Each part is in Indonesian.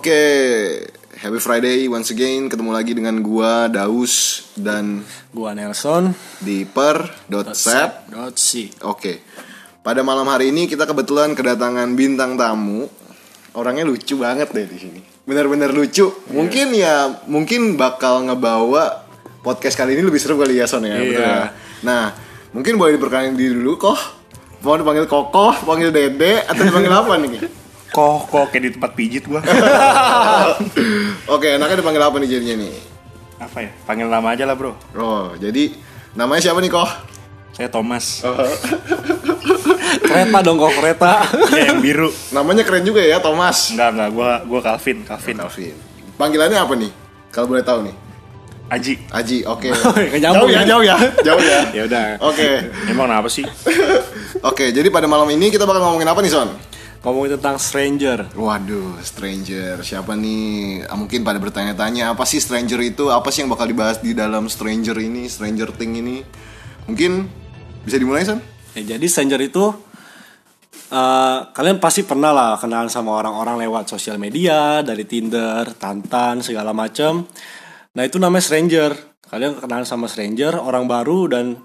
Oke, happy Friday once again. Ketemu lagi dengan gua Daus dan gua Nelson di per.sep.c. Oke. Pada malam hari ini kita kebetulan kedatangan bintang tamu. Orangnya lucu banget deh di sini. Benar-benar lucu. Mungkin bakal ngebawa podcast kali ini lebih seru kali ya Son ya. Betul ya? Nah, mungkin boleh diperkenalkan diri dulu kok. Mau dipanggil Kokoh, panggil Dede, atau dipanggil apa nih? Kok kayak di tempat pijit gua. Oke, enaknya dipanggil apa nih jadinya nih? Apa ya? Panggil nama aja lah, Bro. Oh, jadi namanya siapa nih, Koh? Saya Thomas. Kereta dong, kok kereta. Ya, yang biru. Namanya keren juga ya, Thomas. Enggak, gua Calvin. Calvin. Panggilannya apa nih? Kalau boleh tahu nih. Aji, oke. Jauh ya. Ya udah. Oke. Emang kenapa sih? Oke, jadi pada malam ini kita bakal ngomongin apa nih, Son? Ngomongin tentang stranger. Waduh, stranger. Siapa nih? Mungkin pada bertanya-tanya, apa sih stranger itu? Apa sih yang bakal dibahas di dalam stranger ini, stranger thing ini? Mungkin bisa dimulai, Son? Ya, jadi stranger itu kalian pasti pernah lah kenalan sama orang-orang lewat sosial media, dari Tinder, Tantan, segala macam. Nah, itu namanya stranger. Kalian kenalan sama stranger, orang baru, dan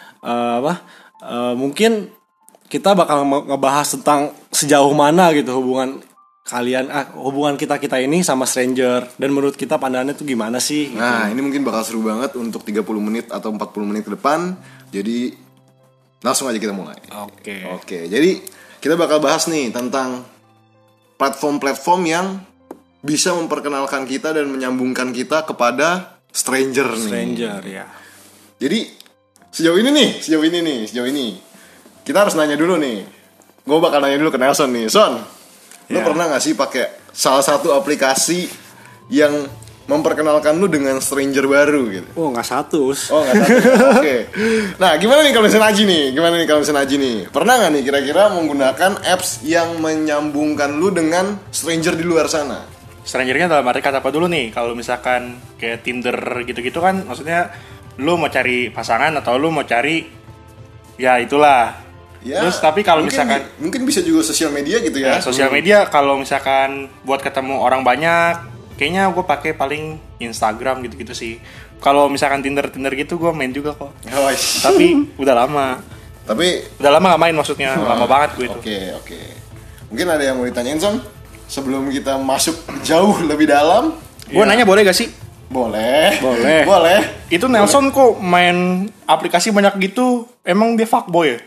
mungkin kita bakal ngebahas tentang sejauh mana gitu hubungan kalian, hubungan kita ini sama stranger, dan menurut kita pandangannya tuh gimana sih gitu. Nah, ini mungkin bakal seru banget untuk 30 menit atau 40 menit ke depan. Jadi langsung aja kita mulai. Oke, jadi kita bakal bahas nih tentang platform-platform yang bisa memperkenalkan kita dan menyambungkan kita kepada stranger nih. Stranger ya. Jadi sejauh ini kita harus nanya dulu nih. Gue bakal nanya dulu ke Nelson nih. Son, lu pernah gak sih pakai salah satu aplikasi yang memperkenalkan lu dengan stranger baru gitu? Oh, gak satu. Oke. Nah, gimana nih kalau misalnya Aji nih? Pernah gak nih kira-kira menggunakan apps yang menyambungkan lu dengan stranger di luar sana? Strangernya dalam arti kata apa dulu nih? Kalau misalkan kayak Tinder gitu-gitu kan, maksudnya lu mau cari pasangan atau lu mau cari ya itulah. Ya, terus tapi kalau misalkan mungkin bisa juga sosial media gitu ya. Sosial media kalau misalkan buat ketemu orang banyak, kayaknya gue pakai paling Instagram gitu-gitu sih. Kalau misalkan Tinder gitu gue main juga kok. Tapi udah lama. Udah lama gak main maksudnya. Lama banget gue itu. Oke. Mungkin ada yang mau ditanyain, Son? Sebelum kita masuk jauh lebih dalam, gue nanya boleh gak sih? Boleh. Itu Nelson kok main aplikasi banyak gitu? Emang dia fuckboy ya?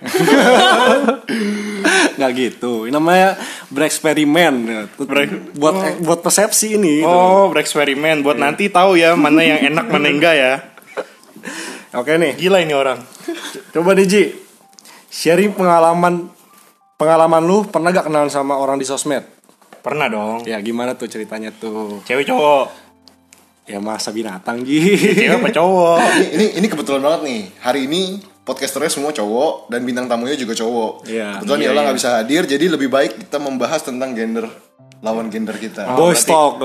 Nggak gitu. Ini namanya bereksperimen. Buat persepsi ini. Oh, bereksperimen buat nanti tahu ya mana yang enak mana yang enggak ya. Oke nih. Gila ini orang. Coba nih Ji, sharing pengalaman lu pernah gak kenalan sama orang di sosmed? Pernah dong. Ya gimana tuh ceritanya tuh? Cewek cowok? Ya masa binatang Ji. Cewek apa cowok? Ini kebetulan banget nih. Hari ini podcasternya semua cowok dan bintang tamunya juga cowok. Kebetulan Yola nggak bisa hadir, jadi lebih baik kita membahas tentang lawan gender kita. Boys talk.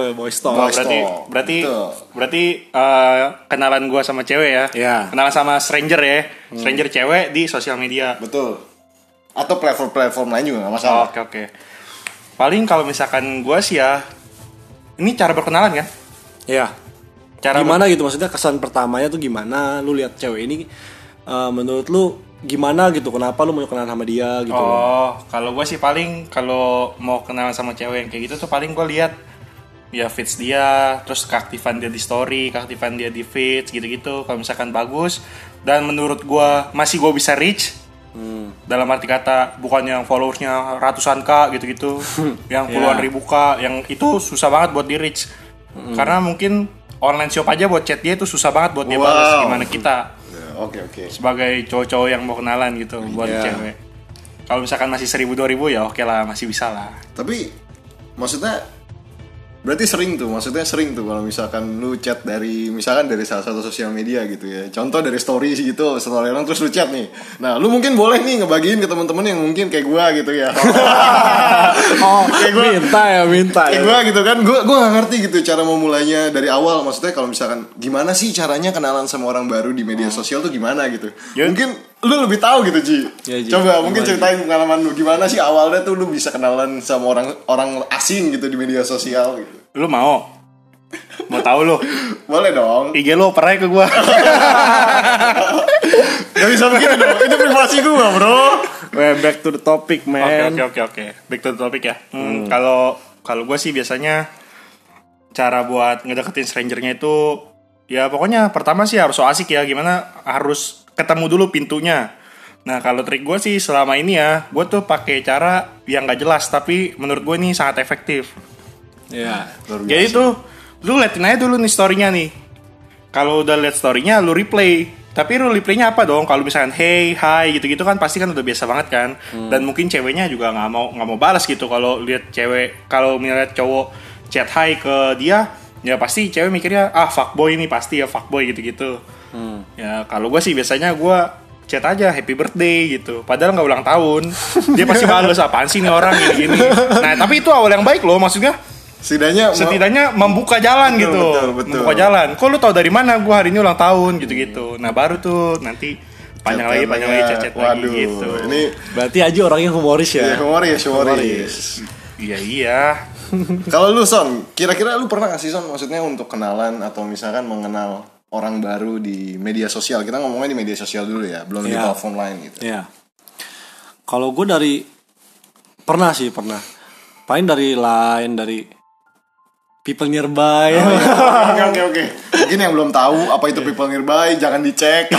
Berarti kenalan gua sama cewek ya? Iya. Kenalan sama stranger ya? Stranger cewek di sosial media. Betul. Atau platform lain juga nggak masalah. Oke. Paling kalau misalkan gua sih ya, ini cara berkenalan kan? Iya. Gimana gitu, maksudnya kesan pertamanya tuh gimana? Lu lihat cewek ini, menurut lu gimana gitu? Kenapa lu mau kenalan sama dia gitu? Kalau gue sih paling kalau mau kenalan sama cewek yang kayak gitu tuh paling gue lihat ya feeds dia, terus keaktifan dia di story, keaktifan dia di feeds gitu-gitu. Kalau misalkan bagus dan menurut gue masih gue bisa reach, dalam arti kata bukan yang followersnya ratusan k gitu-gitu, yang puluhan ribu k, yang itu susah banget buat di reach. Karena mungkin online shop aja buat chat dia itu susah banget buat dia balas. Gimana kita sebagai cowok-cowok yang mau kenalan gitu buat cewek. Kalau misalkan masih 1.000-2.000 ya oke lah, masih bisa lah. Tapi maksudnya berarti sering tuh kalau misalkan lu chat dari salah satu sosial media gitu ya. Contoh dari story gitu, story orang terus lu chat nih. Nah, lu mungkin boleh nih ngebagiin ke teman-teman yang mungkin kayak gua gitu ya. Kayak gua minta kayak gua gitu kan. Gua enggak ngerti gitu cara memulainya dari awal. Maksudnya kalau misalkan gimana sih caranya kenalan sama orang baru di media sosial tuh gimana gitu. Mungkin lu lebih tahu gitu Ji. Ya, Ji. Coba mungkin ceritain pengalaman lu gimana sih awalnya tuh lu bisa kenalan sama orang asing gitu di media sosial gitu. Lu mau tahu lu? Boleh dong. IG lu oper aja ke gua. Gak bisa begitu dong. Itu privasi gua, bro. Back to the topic, man. Oke. Back to the topic ya. Kalau gua sih biasanya cara buat ngedeketin strangernya itu ya pokoknya pertama sih harus so asik ya. Gimana harus ketemu dulu pintunya. Nah kalau trik gue sih selama ini ya, gue tuh pakai cara yang nggak jelas tapi menurut gue ini sangat efektif. Ya. Jadi tuh lu liatin aja dulu nih story-nya nih. Kalau udah liat story-nya lu replay. Tapi lu replaynya apa dong? Kalau misalkan hey, hi gitu-gitu kan pasti kan udah biasa banget kan. Dan mungkin ceweknya juga nggak mau balas gitu kalau lihat cewek, kalau melihat cowok chat hi ke dia, ya pasti cewek mikirnya fuckboy ini pasti ya fuckboy gitu-gitu. Ya kalau gue sih biasanya gue chat aja happy birthday gitu, padahal nggak ulang tahun, dia pasti balas apaan sih nih orang gini. Nah tapi itu awal yang baik loh, maksudnya setidaknya membuka jalan gitu. Betul. Membuka jalan. Kok lu tahu dari mana gue hari ini ulang tahun gitu. Nah baru tuh nanti panjang lagi chat lagi gitu. Ini Berarti Aji orangnya humoris ya? humoris. Iya. Kalau lu Son, kira-kira lu pernah gak sih Son, maksudnya untuk kenalan atau misalkan mengenal orang baru di media sosial? Kita ngomongnya di media sosial dulu ya, belum di platform lain gitu. Iya. Kalau gue pernah. Paling dari line, dari people nearby. Oke. Mungkin yang belum tahu apa itu people nearby, jangan dicek.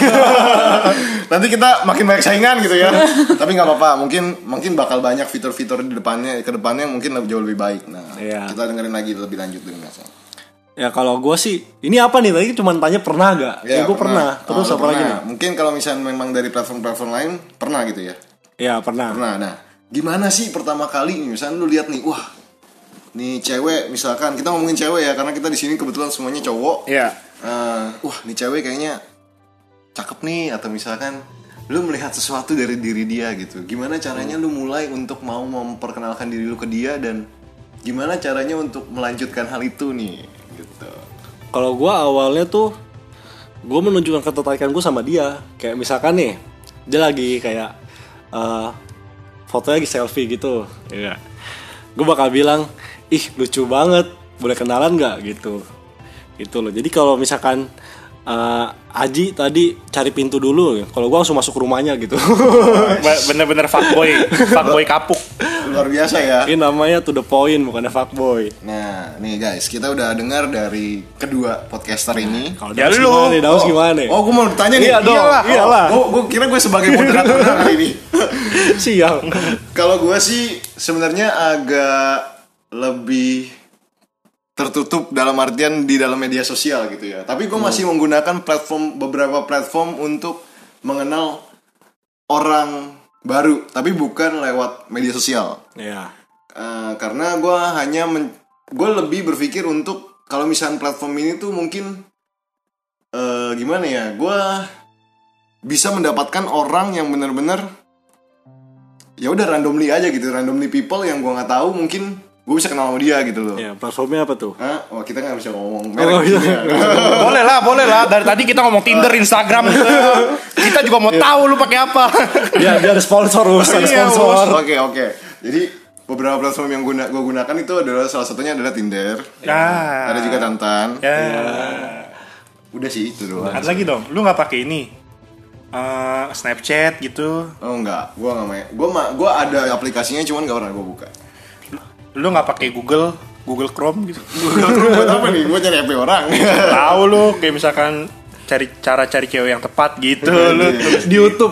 Nanti kita makin banyak saingan gitu ya. Tapi nggak apa-apa. Mungkin bakal banyak fitur-fitur di depannya, ke depannya mungkin jauh lebih baik. Nah, kita dengerin lagi lebih lanjut dengan Son. Ya kalau gue sih, ini apa nih? Tadi cuma tanya pernah gak? Ya gue pernah. Terus apa lagi nih? Mungkin kalau misalnya memang dari platform-platform lain pernah gitu ya? Ya pernah. Nah, gimana sih pertama kali nih? Misalnya lu lihat nih, wah, nih cewek misalkan, kita ngomongin cewek ya, karena kita di sini kebetulan semuanya cowok. Iya. Wah, nih cewek kayaknya cakep nih, atau misalkan lu melihat sesuatu dari diri dia gitu. Gimana caranya lu mulai untuk mau memperkenalkan diri lu ke dia, dan gimana caranya untuk melanjutkan hal itu nih gitu. Kalau gue awalnya tuh gue menunjukkan ketertarikan gue sama dia. Kayak misalkan nih, dia lagi kayak fotonya lagi selfie gitu. Iya. Gue bakal bilang, ih lucu banget, boleh kenalan nggak gitu. Gitu loh. Jadi kalau misalkan Aji tadi cari pintu dulu, kalau gue langsung masuk ke rumahnya gitu. Bener-bener fuckboy kapuk. Luar biasa ya. Ini namanya to the point, bukannya fuckboy. Nah, nih guys, kita udah dengar dari kedua podcaster ini. Kalau Daus gimana? Oh, gue mau tanya nih. Iya dong. Iyalah. Gue kira gue sebagai moderator hari ini. Sial. Kalau gue sih sebenarnya agak lebih tertutup dalam artian di dalam media sosial gitu ya. Tapi gue masih menggunakan beberapa platform untuk mengenal orang baru, tapi bukan lewat media sosial. Iya. Karena gue lebih berpikir untuk kalau misalnya platform ini tuh mungkin gimana ya, gue bisa mendapatkan orang yang benar-benar ya udah randomly aja gitu, randomly people yang gue nggak tahu, mungkin gue bisa kenal sama dia gitu loh. Ya, platformnya apa tuh? Oh, kita nggak bisa ngomong merek. Boleh lah. Dari tadi kita ngomong Tinder, Instagram. Kita juga mau tahu lu pakai apa. Ya, dia ada sponsor, ada sponsor. Oke. Jadi beberapa platform yang gue gunakan itu adalah salah satunya adalah Tinder. Ada juga Tantan. Udah sih itu doang. Ada lagi dong. Lu nggak pakai ini? Snapchat gitu? Oh enggak, gue nggak main. Gue ada aplikasinya, cuman nggak pernah gue buka. Lu nggak pakai Google Chrome gitu? Google Chrome buat apa nih? Gue cari HP orang. Tahu lu kayak misalkan cari cewek yang tepat gitu. Lu di YouTube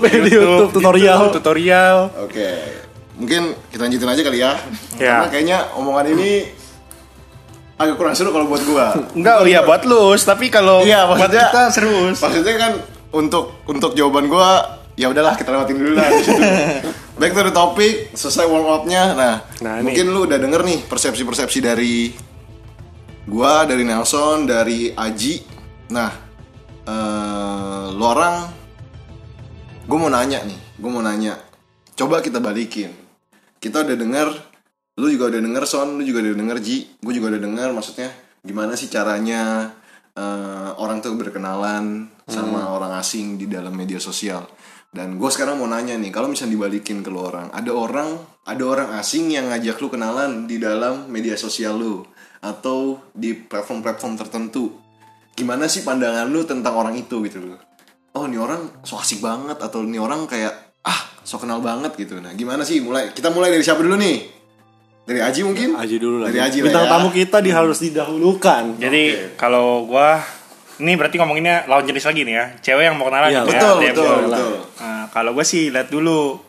tutorial. Oke. Mungkin kita lanjutin aja kali ya. Karena Ya. kayaknya omongan ini agak kurang seru kalau buat gue. Enggak, iya buat lu, tapi kalau buat maksudnya, kita serius. Maksudnya kan untuk jawaban gue, ya udahlah kita lewatin dulu lah di situ. Back to the topic, selesai warm up-nya. Nah mungkin lu udah denger nih persepsi-persepsi dari gua, dari Nelson, dari Aji. Nah, lu orang, gue mau nanya. Coba kita balikin. Kita udah denger, lu juga udah denger Son, lu juga udah denger Ji, gue juga udah denger. Maksudnya gimana sih caranya orang tuh berkenalan sama orang asing di dalam media sosial. Dan gue sekarang mau nanya nih, kalau misalnya dibalikin ke lu orang, ada orang asing yang ngajak lu kenalan di dalam media sosial lu. atau di platform-platform tertentu, gimana sih pandangan lu tentang orang itu gitu loh? Oh ini orang so asik banget, atau ini orang kayak so kenal banget gitu. Nah gimana sih, kita mulai dari siapa dulu nih? Dari Aji mungkin? Aji dulu lah. Dari Aji bintang lah ya. tamu kita harus didahulukan. Jadi kalau gua ini berarti ngomonginnya lawan jenis lagi nih ya, cewek yang mau kenalan. Iya, gitu betul, ya, betul. Nah, kalau gue sih lihat dulu.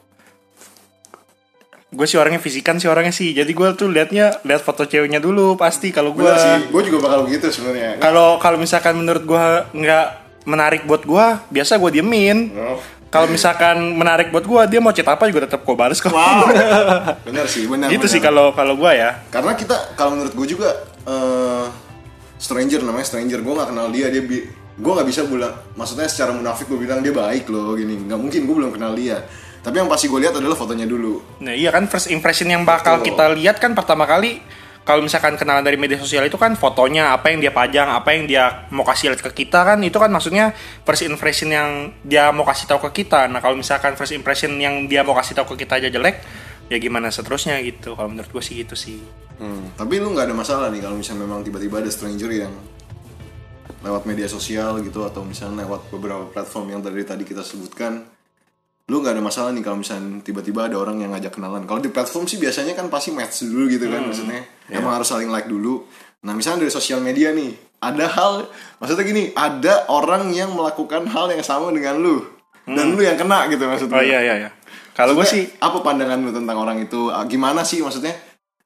Gue sih orangnya fisikan sih orangnya sih. Jadi gue tuh lihat foto ceweknya dulu pasti kalau gue. Bener sih, gue juga bakal begitu sebenarnya. Kalau misalkan menurut gue nggak menarik buat gue, biasa gue diemin. Oh. Kalau misalkan menarik buat gue, dia mau chat apa juga tetap gue balas kok. Wow. Bener sih, bener. Gitu bener. sih kalau gue ya. Karena kita, kalau menurut gue juga stranger, namanya stranger, gue nggak kenal dia, gue nggak bisa bilang, maksudnya secara munafik gue bilang dia baik loh gini, nggak mungkin, gue belum kenal dia. Tapi yang pasti gue lihat adalah fotonya dulu. Nah iya kan, first impression yang bakal Betul. kita lihat kan pertama kali kalau misalkan kenalan dari media sosial itu kan fotonya, apa yang dia pajang, apa yang dia mau kasih lihat ke kita kan, itu kan maksudnya first impression yang dia mau kasih tahu ke kita. Nah kalau misalkan first impression yang dia mau kasih tahu ke kita aja jelek, ya gimana seterusnya gitu. Kalau menurut gue sih gitu sih. Tapi lu nggak ada masalah nih kalau misalnya memang tiba-tiba ada stranger yang lewat media sosial gitu, atau misalnya lewat beberapa platform yang tadi kita sebutkan, lu nggak ada masalah nih kalau misalnya tiba-tiba ada orang yang ngajak kenalan. Kalau di platform sih biasanya kan pasti match dulu gitu kan, maksudnya emang harus saling like dulu. Nah misalnya dari sosial media nih, ada hal, maksudnya gini, ada orang yang melakukan hal yang sama dengan lu dan lu yang kena gitu maksudnya. Oh iya. Kalau gue sih, apa pandangan lu tentang orang itu? Gimana sih maksudnya?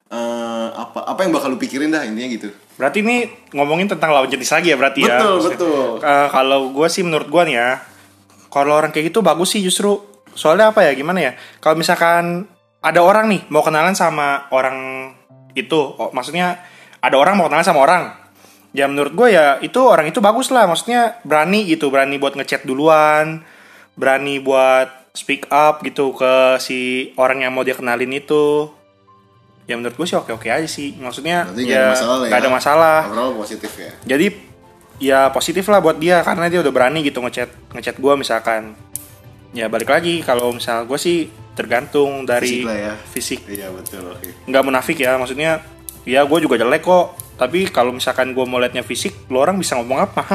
Apa yang bakal lu pikirin dah intinya gitu. berarti ini ngomongin tentang lawan jenis lagi ya berarti ya. Betul. Kalau gue sih menurut gue nih ya, kalau orang kayak gitu bagus sih justru. Soalnya apa ya, gimana ya, kalau misalkan ada orang nih mau kenalan sama orang itu, maksudnya ada orang mau kenalan sama orang, ya menurut gue ya itu orang itu bagus lah. Maksudnya berani gitu, berani buat ngechat duluan, berani buat speak up gitu ke si orang yang mau dia kenalin itu. Ya menurut gue sih oke-oke aja sih. Maksudnya berarti ya gak ada masalah. Overall positif ya. Jadi ya positif lah buat dia karena dia udah berani gitu ngechat gue misalkan. Ya balik lagi, kalau misal gue sih tergantung dari Fisik lah ya. fisik. Iya betul, oke. Nggak munafik ya, maksudnya ya gue juga jelek kok. Tapi kalau misalkan gue mau liatnya fisik, lo orang bisa ngomong apa?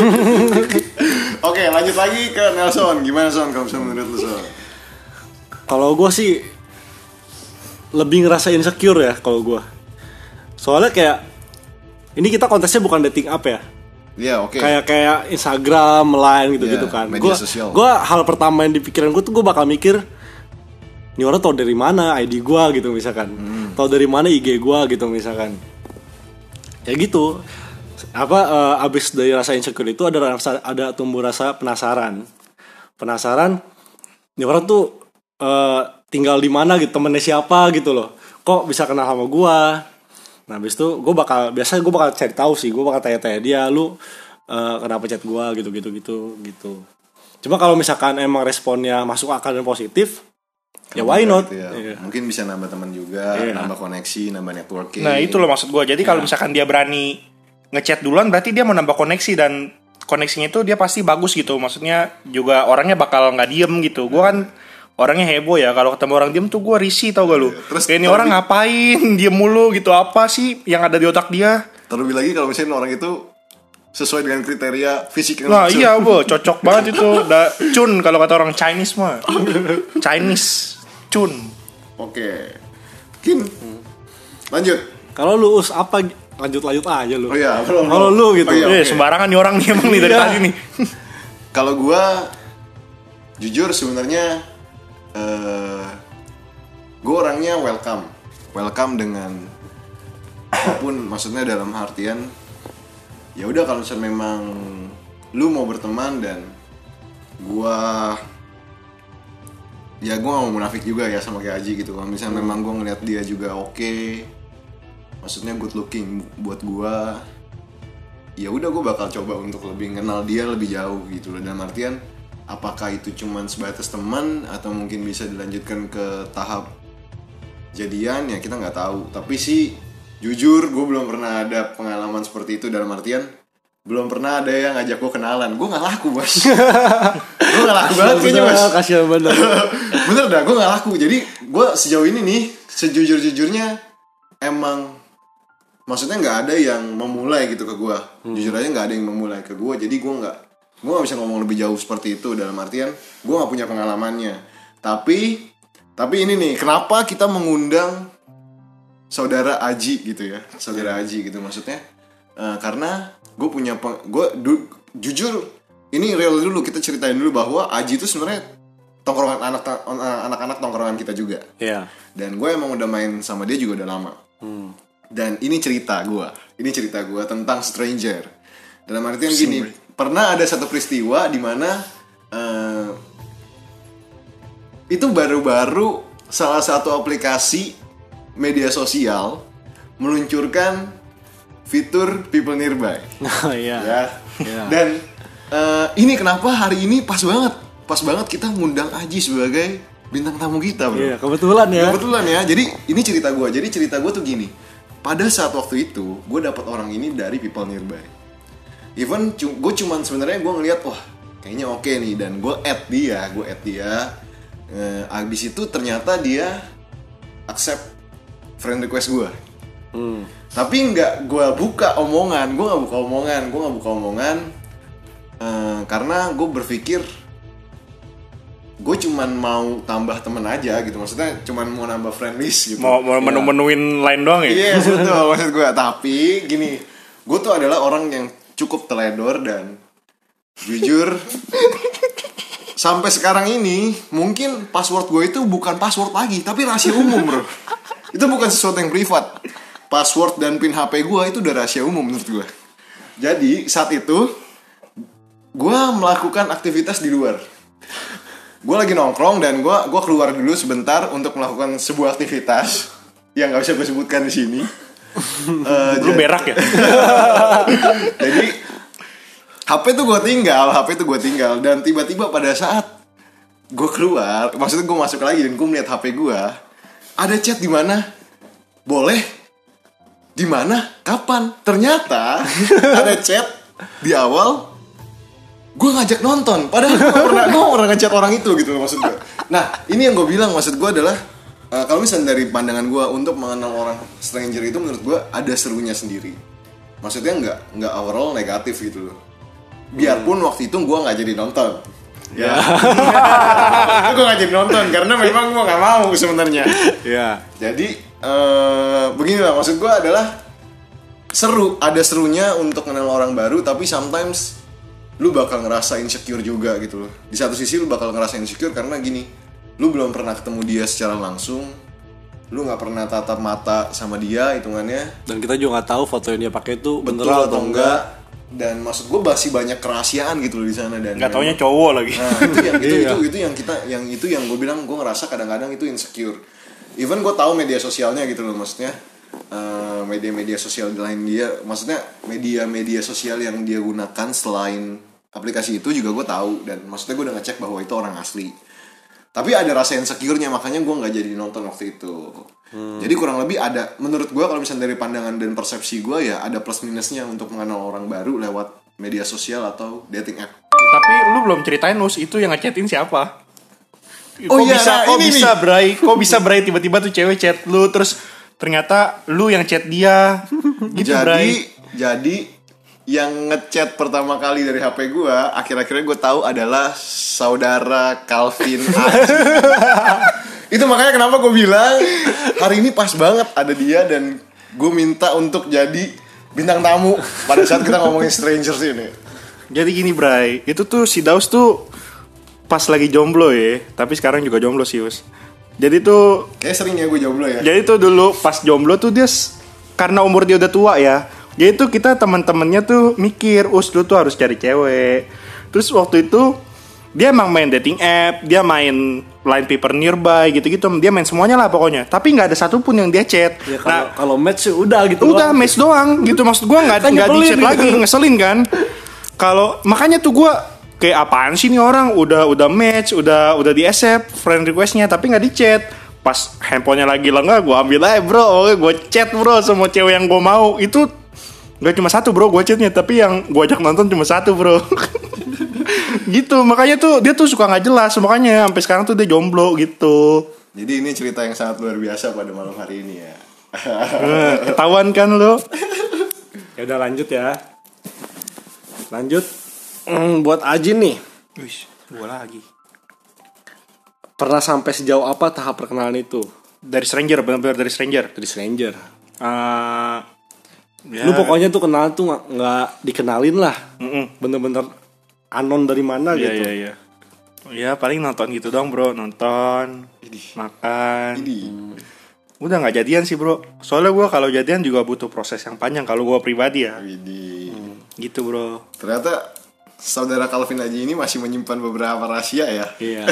Oke, lanjut lagi ke Nelson. Gimana Son kalau misalnya menurut lu Son? Kalau gue sih lebih ngerasa insecure ya kalau gue. Soalnya kayak ini kita konteksnya bukan dating app ya. Iya, oke. Kayak Instagram, Line gitu-gitu Iya, kan. media sosial. Gue hal pertama yang di pikiran gue tuh gue bakal mikir, ini orang tau dari mana ID gue gitu misalkan, tau dari mana IG gue gitu misalkan. Ya gitu. Abis dari rasa insecure itu ada tumbuh rasa penasaran. Ini orang tuh tinggal di mana gitu, temennya siapa gitu loh. Kok bisa kenal sama gue? Nah abis itu biasanya gue bakal cari tahu sih, gue bakal tanya-tanya dia, lu kenapa chat gue gitu. Cuma kalau misalkan emang responnya masuk akal dan positif, ya why not? Gitu ya. Iya. Mungkin bisa nambah teman juga, nambah koneksi, nambah networking. Nah itu loh maksud gue. Jadi kalau misalkan dia berani ngechat duluan, berarti dia mau nambah koneksi, dan koneksinya itu dia pasti bagus gitu. Maksudnya juga orangnya bakal nggak diem gitu. Gue kan orangnya heboh ya, kalau ketemu orang diem tuh gue risih, tau gak lu? Terus kayak ini orang ngapain diem mulu gitu, apa sih yang ada di otak dia? Terlebih lagi kalau misalnya orang itu sesuai dengan kriteria fisik yang Nah lucu. iya bo, cocok banget itu. Cun kalau kata orang Chinese mah. Chinese Cun. Oke. Mungkin lanjut. Kalau lu apa lanjut aja lu. Oh iya, Kalau lu gitu. Oh iya, oke. Sembarangan nih orang nih emang nih dari tadi nih. Kalau gua jujur sebenarnya gue orangnya welcome dengan apapun, maksudnya dalam artian ya udah kalau misalnya memang lu mau berteman dan gue gak mau munafik juga ya sama kayak Aji gitu. Kalau misalnya memang gue ngeliat dia juga oke, maksudnya good looking buat gue, ya udah gue bakal coba untuk lebih kenal dia lebih jauh gitu loh. Dalam artian apakah itu cuman sebatas teman atau mungkin bisa dilanjutkan ke tahap jadian, ya kita nggak tahu. Tapi sih jujur gue belum pernah ada pengalaman seperti itu. Dalam artian belum pernah ada yang ngajak gue kenalan. Gue nggak laku bos. Gue nggak laku banget kayaknya bos. Kasian bener. Bener dah, gue nggak laku. Jadi gue sejauh ini nih sejujur-jujurnya emang maksudnya nggak ada yang memulai gitu ke gue. Jujur aja nggak ada yang memulai ke gue, jadi gue nggak bisa ngomong lebih jauh seperti itu, dalam artian gue nggak punya pengalamannya. Tapi ini nih, kenapa kita mengundang saudara Aji gitu ya, saudara Aji gitu, maksudnya karena gue punya jujur ini real dulu, kita ceritain dulu bahwa Aji itu sebenarnya tongkrongan anak-anak tongkrongan kita juga. Iya. Dan gue emang udah main sama dia juga udah lama. Dan ini cerita gue tentang stranger. Dalam artian gini, pernah ada satu peristiwa di mana itu baru-baru salah satu aplikasi media sosial meluncurkan fitur people nearby. Oh iya. Ya. Dan ini kenapa hari ini pas banget kita ngundang Aji sebagai bintang tamu kita, bro. Iya, kebetulan ya. Jadi ini cerita gue tuh gini. Pada saat waktu itu gue dapat orang ini dari people nearby. Even gue cuman sebenarnya gue ngeliat, wah kayaknya oke nih, dan gue add dia. Abis itu ternyata dia accept friend request gue. Tapi nggak gue buka omongan, karena gue berpikir gue cuman mau tambah temen aja gitu, maksudnya cuman mau nambah friend list gitu. Mau menu-menuin lain doang ya? Iya, betul maksud gue. Tapi gini, gue tuh adalah orang yang cukup teledor dan jujur. Sampai sekarang ini mungkin password gue itu bukan password lagi, tapi rahasia umum, bro. Itu bukan sesuatu yang privat. Password dan pin HP gue itu udah rahasia umum menurut gue. Jadi saat itu gue melakukan aktivitas di luar. Gue lagi nongkrong dan gue keluar dulu sebentar untuk melakukan sebuah aktivitas yang nggak bisa gue sebutkan di sini. Lu berak ya? Jadi HP tuh gue tinggal dan tiba-tiba pada saat gue keluar, maksudnya gue masuk lagi dan gue melihat HP gue, ada chat di mana, boleh, di mana, kapan? Ternyata ada chat di awal. Gue ngajak nonton, padahal gue gak pernah ngechat orang itu gitu loh, maksud gue. Nah, ini yang gue bilang, maksud gue adalah kalau misalnya dari pandangan gue untuk mengenal orang stranger itu menurut gue ada serunya sendiri. Maksudnya nggak overall negatif gitu loh. Biarpun waktu itu gue nggak jadi nonton. Ya. Gue nggak jadi nonton karena memang gue nggak mau sebenarnya. Iya. Jadi beginilah, maksud gue adalah seru, ada serunya untuk kenal orang baru, tapi sometimes lu bakal ngerasa insecure juga gitu loh. Di satu sisi lu bakal ngerasa insecure karena gini, lu belum pernah ketemu dia secara langsung, lu nggak pernah tatap mata sama dia hitungannya, dan kita juga nggak tahu foto yang dia pakai itu betul beneran atau enggak. Dan maksud gue masih banyak kerahasiaan gitu loh di sana, dan nggak taunya cowok lagi. Nah, itu yang gue bilang, gue ngerasa kadang-kadang itu insecure. Even gue tahu media sosialnya gitu loh, maksudnya media-media sosial lain dia, maksudnya media-media sosial yang dia gunakan selain aplikasi itu juga gue tahu, dan maksudnya gue udah ngecek bahwa itu orang asli. Tapi ada rasa insecure-nya, makanya gue nggak jadi nonton waktu itu. Jadi kurang lebih ada, menurut gue kalau misalnya dari pandangan dan persepsi gue ya ada plus minusnya untuk mengenal orang baru lewat media sosial atau dating app. Tapi lu belum ceritain Nus, itu yang ngechatin siapa? Oh iya, Kok bisa Bray tiba-tiba tuh cewek chat lu, terus ternyata lu yang chat dia gitu. Jadi yang ngechat pertama kali dari HP gue, akhir-akhirnya gue tahu adalah saudara Calvin Aji. Itu makanya kenapa gue bilang hari ini pas banget ada dia, dan gue minta untuk jadi bintang tamu pada saat kita ngomongin strangers ini. Jadi gini Bray, itu tuh si Daus tuh pas lagi jomblo ya, tapi sekarang juga jomblo sih Us. Jadi tuh kayak sering ya gue jomblo ya. Jadi tuh dulu pas jomblo tuh dia karena umur dia udah tua ya. Jadi tuh kita teman-temannya tuh mikir, Us lu tuh harus cari cewek. Terus waktu itu dia emang main dating app, dia main line paper nearby gitu-gitu, dia main semuanya lah pokoknya. Tapi nggak ada satupun yang dia chat. Ya, kalau match udah gitu. Udah match doang gitu, maksud gue nggak di chat lagi, ngeselin kan. Kalau makanya tuh gue kayak apaan sih nih orang udah match, udah di accept friend requestnya, tapi nggak di chat. Pas handphonenya lagi lengah, gue ambil aja bro, gue chat bro sama cewek yang gue mau. Itu nggak cuma satu bro gue chatnya, tapi yang gue ajak nonton cuma satu bro. Gitu, makanya tuh dia tuh suka nggak jelas, makanya sampai sekarang tuh dia jomblo gitu. Jadi ini cerita yang sangat luar biasa pada malam hari ini ya. Ketahuan kan lo. Ya udah lanjut ya. Lanjut. Buat Aji nih. Wih, gue lagi. Pernah sampai sejauh apa tahap perkenalan itu? Dari stranger, benar-benar dari stranger. Dari stranger. Ya. Lu pokoknya tuh kenalan tuh nggak dikenalin lah. Bener-bener anon dari mana Iya, gitu. iya. Ya paling nonton gitu dong bro, nonton, makan. Udah nggak jadian sih bro. Soalnya gue kalau jadian juga butuh proses yang panjang kalau gue pribadi ya. Gitu bro. Ternyata saudara Calvin Aji ini masih menyimpan beberapa rahasia ya. Iya.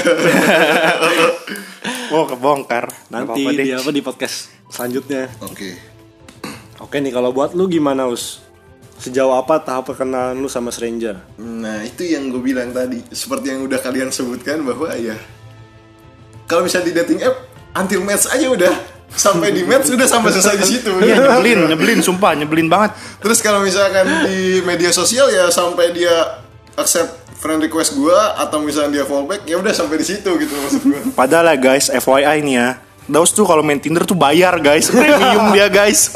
Oh kebongkar. Nanti Nggak apa-apa deh. di podcast selanjutnya. Oke. Nih kalau buat lu gimana Us? Sejauh apa tahap perkenalan lu sama stranger? Nah itu yang gue bilang tadi, seperti yang udah kalian sebutkan bahwa ya kalau misalnya di dating app until match aja udah, sampai di match udah sampai selesai di situ. Iya nyebelin, sumpah nyebelin banget. Terus kalau misalkan di media sosial ya sampai dia accept friend request gue atau misalnya dia fallback ya udah sampai di situ gitu maksud gue. Padahal ya guys, FYI nih ya, Daus tuh kalau main Tinder tuh bayar guys, premium dia guys.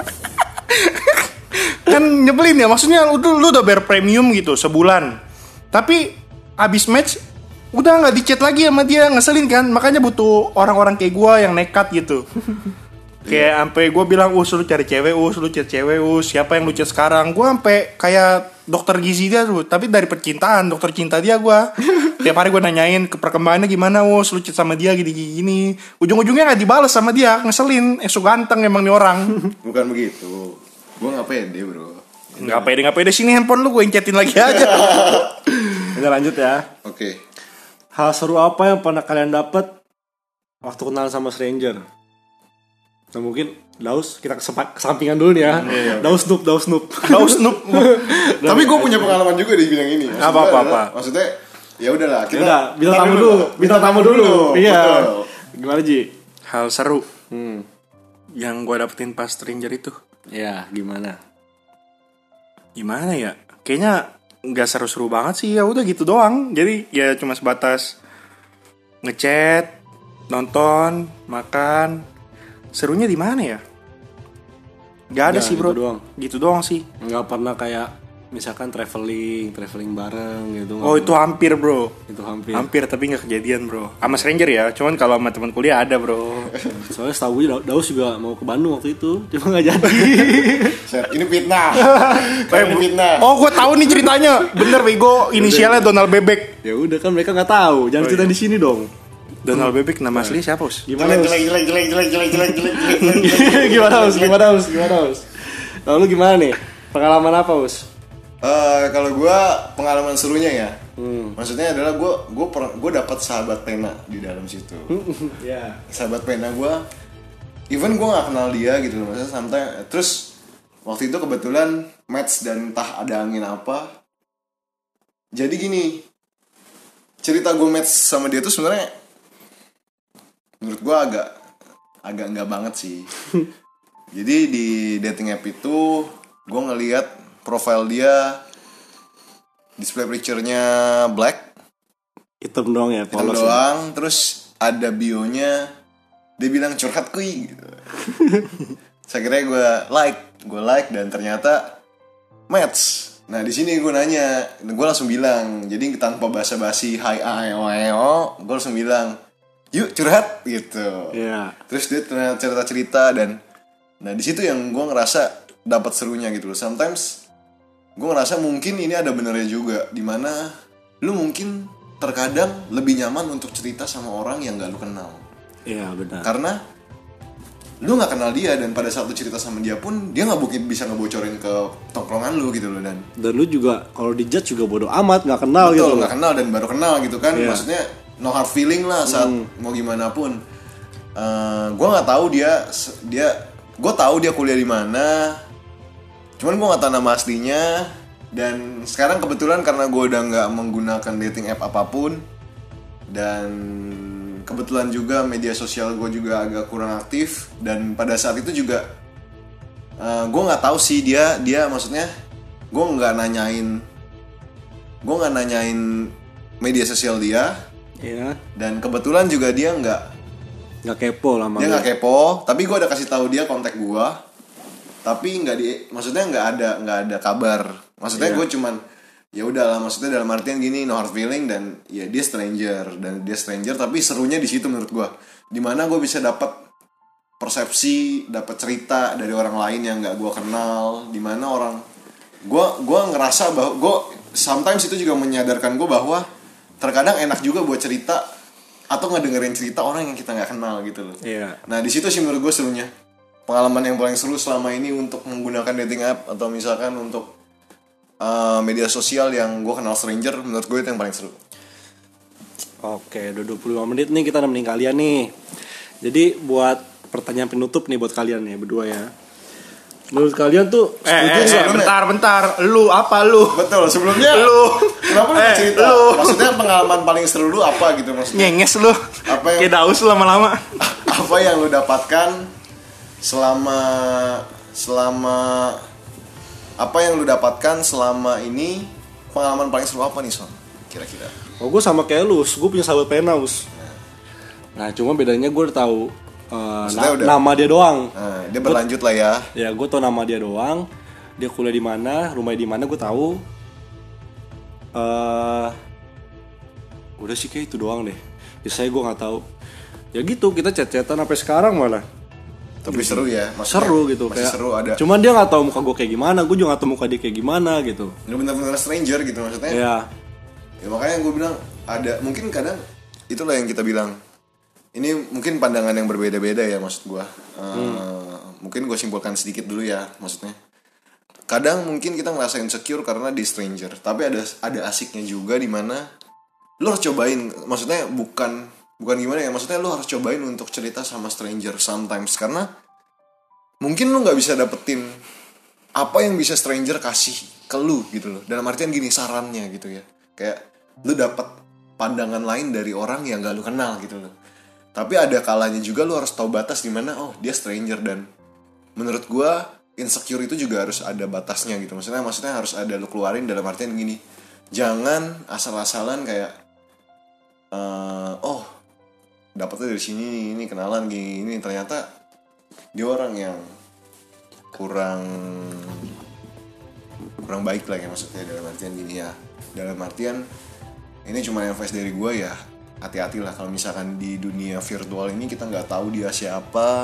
Kan nyebelin ya, maksudnya lu udah bayar premium gitu sebulan, tapi abis match udah nggak dicat lagi sama dia, ngeselin kan. Makanya butuh orang-orang kayak gue yang nekat gitu. Kayak sampai gue bilang, lu cari cewek, lu cari cewek, siapa yang lu chat sekarang? Gue sampai kayak dokter gizi dia tuh, tapi dari percintaan, dokter cinta dia gue. Tiap hari gue nanyain ke perkembangannya gimana, lu chat sama dia gini-gini. Ujung-ujungnya nggak dibales sama dia, ngeselin. So ganteng emang nih orang. Bukan begitu, gue nggak pede bro. Nggak pede sini handphone lu gue chatin lagi aja. Udah lanjut ya. Oke. Hal seru apa yang pernah kalian dapat waktu kenalan sama stranger? Nah mungkin Daus kita kesampingan dulu nih ya. Daus noob. Tapi gue punya pengalaman juga di bidang ini. Apa. Maksudnya ya udahlah kita. Yaudah, bintang tamu dulu. Iya. Betul. Gimana Ji? Hal seru yang gue dapetin pas stranger itu Ya gimana? gimana ya? Kayaknya nggak seru-seru banget sih, ya udah gitu doang. Jadi ya cuma sebatas ngechat, nonton, makan. Serunya di mana ya? Gak ada sih bro. Gitu doang sih. Nggak pernah kayak misalkan traveling bareng gitu. Oh itu hampir bro. Itu hampir. Hampir tapi nggak kejadian bro. Sama stranger ya. Cuman kalau sama teman kuliah ada bro. Soalnya setahu gue Daus juga mau ke Bandung waktu itu, cuma nggak jadi. Ini fitnah. Ini fitnah. Oh gue tahu nih ceritanya. Bener bego. Inisialnya Donald Bebek. Ya udah kan mereka nggak tahu. Jangan cerita di sini dong. Donald Bebek nama asli siapa Us? Gimana Us? Jelek. Gimana Us? Lalu gimana nih? Pengalaman apa Us? Kalau gue pengalaman serunya ya, maksudnya adalah gue dapat sahabat pena di dalam situ. Ya. Sahabat pena gue, even gue nggak kenal dia gitu loh, maksudnya santai. Terus waktu itu kebetulan match dan entah ada angin apa. Jadi gini, cerita gue match sama dia tuh sebenarnya menurut gue agak nggak banget sih. Jadi di dating app itu gue ngelihat profile dia, display picture-nya black, Hitam doang ya, hitam polos doang, ya. terus ada bio-nya, dia bilang curhat kuy gitu. Saya kira gue like dan ternyata match. Nah di sini gue nanya, gue langsung bilang, jadi tanpa basa-basi hai gue langsung bilang, yuk curhat gitu. Iya. Terus dia cerita dan nah di situ yang gue ngerasa dapat serunya gitu loh. Sometimes gue ngerasa mungkin ini ada benernya juga, dimana lu mungkin terkadang lebih nyaman untuk cerita sama orang yang gak lu kenal. Iya benar. Karena lu gak kenal dia, dan pada saat lu cerita sama dia pun dia gak mungkin bisa ngebocorin ke tongkrongan lu gitu loh. Dan lu juga kalau dijudge juga bodo amat, gak kenal. betul, gitu. Gak kenal dan baru kenal gitu kan. Iya. Maksudnya no hard feeling lah saat mau gimana pun. Gue gak tahu gue tahu dia kuliah di mana. Cuman gue gak tahu nama aslinya. Dan sekarang kebetulan karena gue udah gak menggunakan dating app apapun, dan kebetulan juga media sosial gue juga agak kurang aktif. Dan pada saat itu juga gue gak tahu sih dia maksudnya gue gak nanyain media sosial dia. Iya. Dan kebetulan juga dia nggak Nggak kepo lah. Dia nggak kepo, tapi gue udah kasih tahu dia kontak gue, tapi maksudnya nggak ada kabar. Maksudnya gue cuman ya udahlah, maksudnya dalam artian gini, no hard feeling, dan ya dia stranger tapi serunya di situ menurut gue, dimana gue bisa dapat persepsi, dapat cerita dari orang lain yang nggak gue kenal, dimana gue ngerasa bahwa gue sometimes itu juga menyadarkan gue bahwa terkadang enak juga buat cerita atau ngedengerin cerita orang yang kita nggak kenal gitu loh. Nah di situ sih menurut gue serunya, pengalaman yang paling seru selama ini untuk menggunakan dating app atau misalkan untuk media sosial yang gue kenal stranger, menurut gue itu yang paling seru. Oke, udah 25 menit nih kita nemenin kalian nih. Jadi buat pertanyaan penutup nih buat kalian nih berdua ya. Menurut kalian tuh bentar, lu apa lu? Betul, sebelumnya lu kenapa lu cerita? Maksudnya pengalaman paling seru lu apa gitu maksudnya? Nyenges lu. Kayak daus lama-lama. Apa yang lu dapatkan selama apa yang lu dapatkan selama ini? Pengalaman paling seru apa nih, Son? Kira-kira. Oh, gue sama kayak lu, gue punya sahabat penaus. Nah, cuma bedanya gue udah tahu nama dia doang. Dia berlanjut lah ya. Ya, gue tau nama dia doang. Dia kuliah di mana, rumahnya di mana gue tahu. Udah sih kayak itu doang deh. Biasanya gue nggak tahu. Ya gitu, kita chat-chatan sampai sekarang malah. Tapi seru ya, seru gitu kayak. Seru ada. Cuman dia nggak tahu muka gue kayak gimana, gue juga nggak tahu muka dia kayak gimana gitu. Lu bener-bener stranger gitu maksudnya. Iya. Ya makanya gue bilang ada, mungkin kadang itulah yang kita bilang. Ini mungkin pandangan yang berbeda-beda ya maksud gue. Mungkin gue simpulkan sedikit dulu ya maksudnya. Kadang mungkin kita ngerasa insecure karena di stranger, tapi ada asiknya juga di mana lu harus cobain. Maksudnya bukan gimana ya, maksudnya lu harus cobain untuk cerita sama stranger sometimes, karena mungkin lu nggak bisa dapetin apa yang bisa stranger kasih ke lu gitu loh. Dalam artian gini, sarannya gitu ya, kayak lu dapet pandangan lain dari orang yang gak lu kenal gitu loh. Tapi ada kalanya juga lu harus tahu batas di mana dia stranger, dan menurut gua insecure itu juga harus ada batasnya gitu. Maksudnya harus ada lu keluarin dalam artian gini. Jangan asal-asalan kayak dapetnya dari sini, ini kenalan gini, ternyata dia orang yang kurang baik lah ya, maksudnya dalam artian gini ya. Dalam artian ini cuma advice dari gue ya, hati-hatilah kalau misalkan di dunia virtual ini kita nggak tahu dia siapa.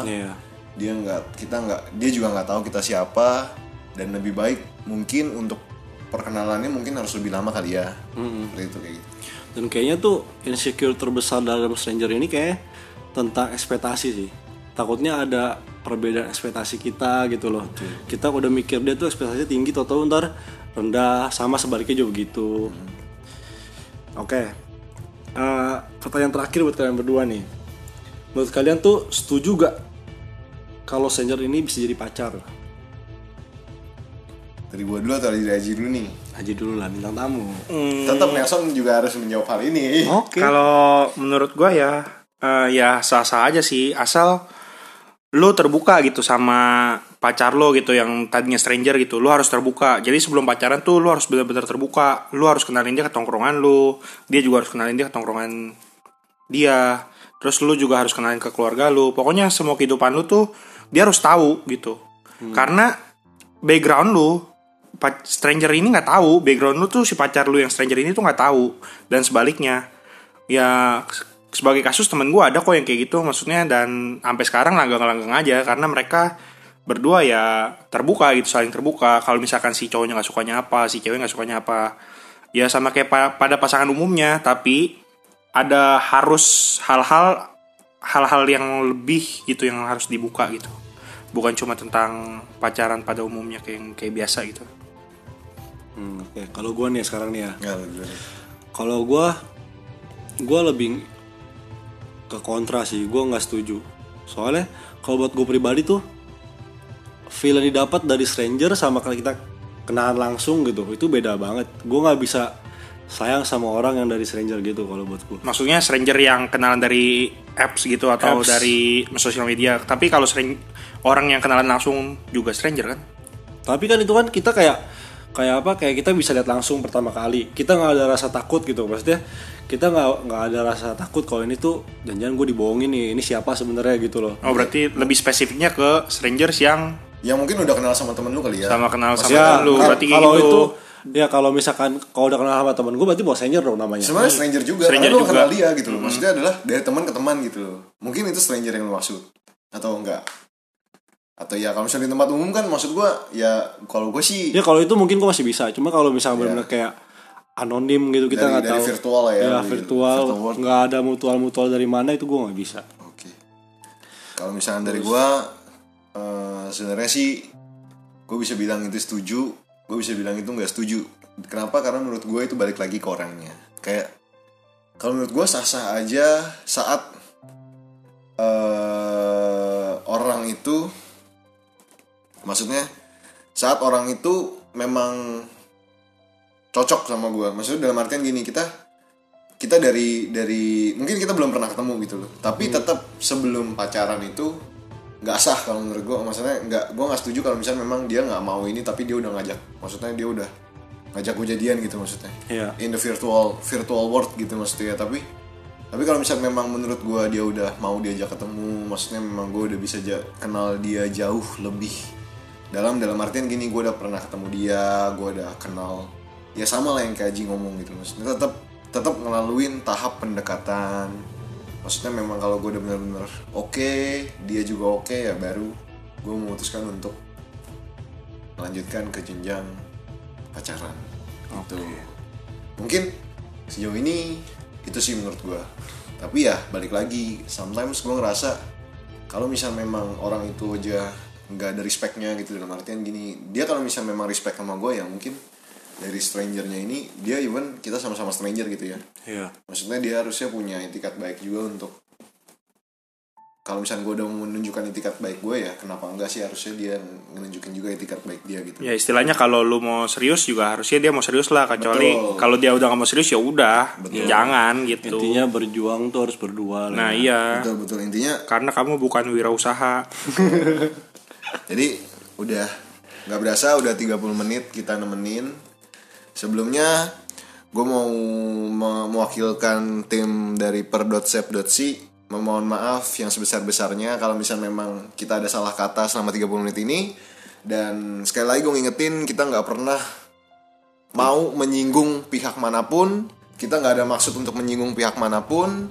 Dia juga nggak tahu kita siapa, dan lebih baik mungkin untuk perkenalannya mungkin harus lebih lama kali ya. Seperti itu kayak gitu. Dan kayaknya tuh insecure terbesar dalam stranger ini kayak tentang ekspektasi sih. Takutnya ada perbedaan ekspektasi kita gitu loh. Kita udah mikir dia tuh ekspektasinya tinggi, tau-tau ntar rendah, sama sebaliknya juga begitu. Oke. Pertanyaan terakhir buat kalian berdua nih. Menurut kalian tuh setuju gak kalau stranger ini bisa jadi pacar? Dari gua dulu atau dari Aji dulu nih? Aji dulu lah, bintang tamu. Tetap Nelson juga harus menjawab hal ini. Okay. Kalau menurut gua ya sah-sah aja sih, asal lo terbuka gitu sama pacar lo gitu yang tadinya stranger gitu. Lo harus terbuka. Jadi sebelum pacaran tuh lo harus benar-benar terbuka. Lo harus kenalin dia ke tongkrongan lo, dia juga harus kenalin dia ke tongkrongan dia. Terus lo juga harus kenalin ke keluarga lo. Pokoknya semua kehidupan lo tuh dia harus tahu gitu. Karena background lo, stranger ini nggak tahu background lu tuh, si pacar lu yang stranger ini tuh nggak tahu, dan sebaliknya. Ya sebagai kasus temen gue ada kok yang kayak gitu maksudnya, dan sampai sekarang langgeng-langgeng aja karena mereka berdua ya terbuka gitu, saling terbuka. Kalau misalkan si cowoknya nggak sukanya apa, si cewek nggak sukanya apa, ya sama kayak pada pasangan umumnya, tapi ada harus hal-hal yang lebih gitu yang harus dibuka gitu, bukan cuma tentang pacaran pada umumnya kayak biasa gitu. Oke. Kalau gue nih sekarang nih ya. Kalau gue lebih ke kontra sih. Gue nggak setuju. Soalnya kalau buat gue pribadi tuh, feel yang didapat dari stranger sama kalau kita kenalan langsung gitu, itu beda banget. Gue nggak bisa sayang sama orang yang dari stranger gitu kalau buat gue. Maksudnya stranger yang kenalan dari apps gitu atau apps, dari sosial media. Tapi kalau orang yang kenalan langsung juga stranger kan? Tapi kan itu kan kita kayak kita bisa lihat langsung pertama kali. Kita nggak ada rasa takut gitu. Maksudnya kita nggak ada rasa takut kalau ini tuh jangan-jangan gue dibohongin nih, ini siapa sebenarnya gitu loh. Oh berarti lebih spesifiknya ke strangers yang mungkin udah kenal sama temen lu kali ya. sama kenal sama Ya, lu, berarti kayak kalau gitu. itu ya kalau misalkan kalau udah kenal sama temen gue berarti bawa stranger dong namanya. Sebenarnya stranger juga, Stranger karena lu juga. kenal dia gitu loh. Maksudnya adalah dari teman ke teman gitu loh. Mungkin itu stranger yang lu maksud atau enggak? Atau ya kalau misalnya di tempat umum kan maksud gue ya kalau gue sih Ya kalau itu mungkin gue masih bisa, cuma kalau misalnya benar-benar kayak anonim gitu kita nggak tahu. dari virtual lah ya. Virtual world. nggak ada mutual dari mana itu gue nggak bisa. Oke. Kalau misalnya dari gue sebenarnya sih gue bisa bilang itu setuju, gue bisa bilang itu nggak setuju. Kenapa? Karena menurut gue itu balik lagi ke orangnya. Kayak kalau menurut gue sah-sah aja saat orang itu, maksudnya saat orang itu memang cocok sama gue. Maksudnya dalam artian gini, kita dari mungkin kita belum pernah ketemu gitu loh, tapi tetap sebelum pacaran itu nggak sah kalau menurut gue. Maksudnya gue nggak setuju kalau misalnya memang dia nggak mau ini tapi dia udah ngajak, maksudnya dia udah ngajak gue jadian gitu maksudnya. Iya. In the virtual world gitu maksudnya. Tapi kalau misalnya memang menurut gue dia udah mau diajak ketemu, maksudnya memang gue udah bisa kenal dia jauh lebih dalam artian gini, gue udah pernah ketemu dia, gue udah kenal ya sama lah yang kayak Aji ngomong gitu. Maksudnya tetap ngelaluin tahap pendekatan. Maksudnya memang kalau gue udah benar-benar oke, dia juga oke, ya baru gue memutuskan untuk melanjutkan ke jenjang pacaran. Gitu. Mungkin sejauh ini itu sih menurut gue. Tapi ya balik lagi, sometimes gue ngerasa kalau misal memang orang itu aja nggak ada respectnya gitu, dalam artian gini, dia kalau misal memang respect sama gue ya mungkin dari strangernya ini dia even kita sama-sama stranger gitu ya. Iya. Maksudnya dia harusnya punya etikat baik juga untuk kalau misalnya gue udah menunjukkan etikat baik gue ya kenapa enggak sih, harusnya dia menunjukkan juga etikat baik dia gitu. Ya istilahnya kalau lu mau serius juga harusnya dia mau serius lah, kecuali kalau dia udah gak mau serius ya udah jangan gitu. Intinya berjuang tuh harus berdua lah. Nah iya. Betul intinya Karena kamu bukan wirausaha. jadi udah nggak berasa udah 30 menit kita nemenin. Sebelumnya gue mau mewakilkan tim dari per.sep.si memohon maaf yang sebesar-besarnya kalau misalnya memang kita ada salah kata selama 30 menit ini. Dan sekali lagi gue ngingetin, kita gak pernah mau menyinggung pihak manapun. Kita gak ada maksud untuk menyinggung pihak manapun.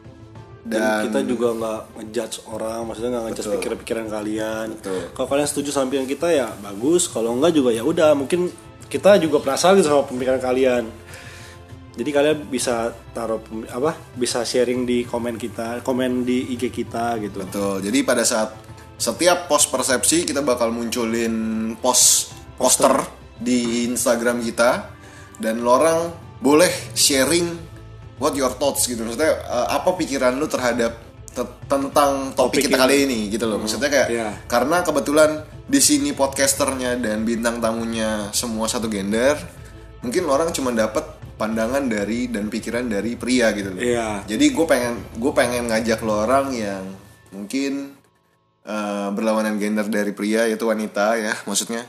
Dan kita juga nggak ngejudge orang, maksudnya nggak ngejudge pikiran-pikiran kalian. Betul. Kalau kalian setuju sama pilihan kita ya bagus, kalau enggak juga ya udah, mungkin kita juga penasaran gitu sama pemikiran kalian. Jadi kalian bisa bisa sharing di komen di IG kita gitu. Betul. Jadi pada saat setiap post persepsi kita bakal munculin poster di Instagram kita, dan lo orang boleh sharing what your thoughts gitu. Maksudnya apa pikiran lu terhadap tentang topik kita kali ini gitu loh. Maksudnya kayak karena kebetulan di sini podcasternya dan bintang tamunya semua satu gender, mungkin orang cuma dapat pandangan dari dan pikiran dari pria gitu loh. Jadi gue pengen ngajak lo orang yang mungkin berlawanan gender dari pria, yaitu wanita ya, maksudnya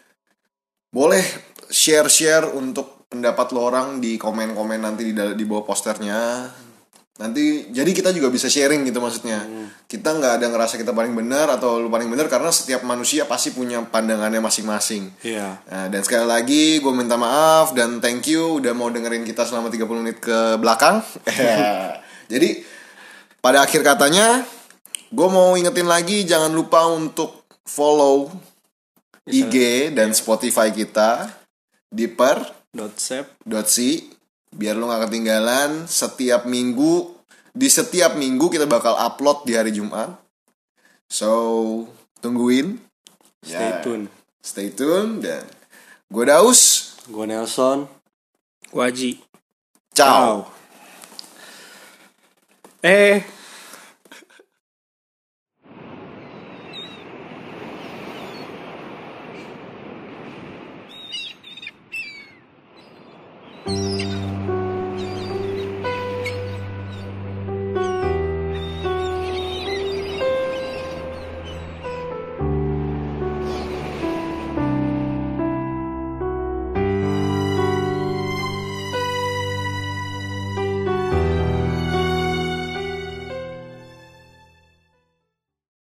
boleh share untuk pendapat lo orang di komen-komen nanti di bawah posternya. Nanti jadi kita juga bisa sharing gitu maksudnya. Kita nggak ada ngerasa kita paling benar atau lu paling benar, karena setiap manusia pasti punya pandangannya masing-masing. Nah, dan sekali lagi gue minta maaf dan thank you udah mau dengerin kita selama 30 menit ke belakang. Jadi pada akhir katanya gue mau ingetin lagi, jangan lupa untuk follow IG dan Spotify kita di per.sep.si biar lo gak ketinggalan. Di setiap minggu kita bakal upload di hari Jumat. So tungguin, stay tune. Dan gue Daus, gue Nelson, gue Aji. Ciao.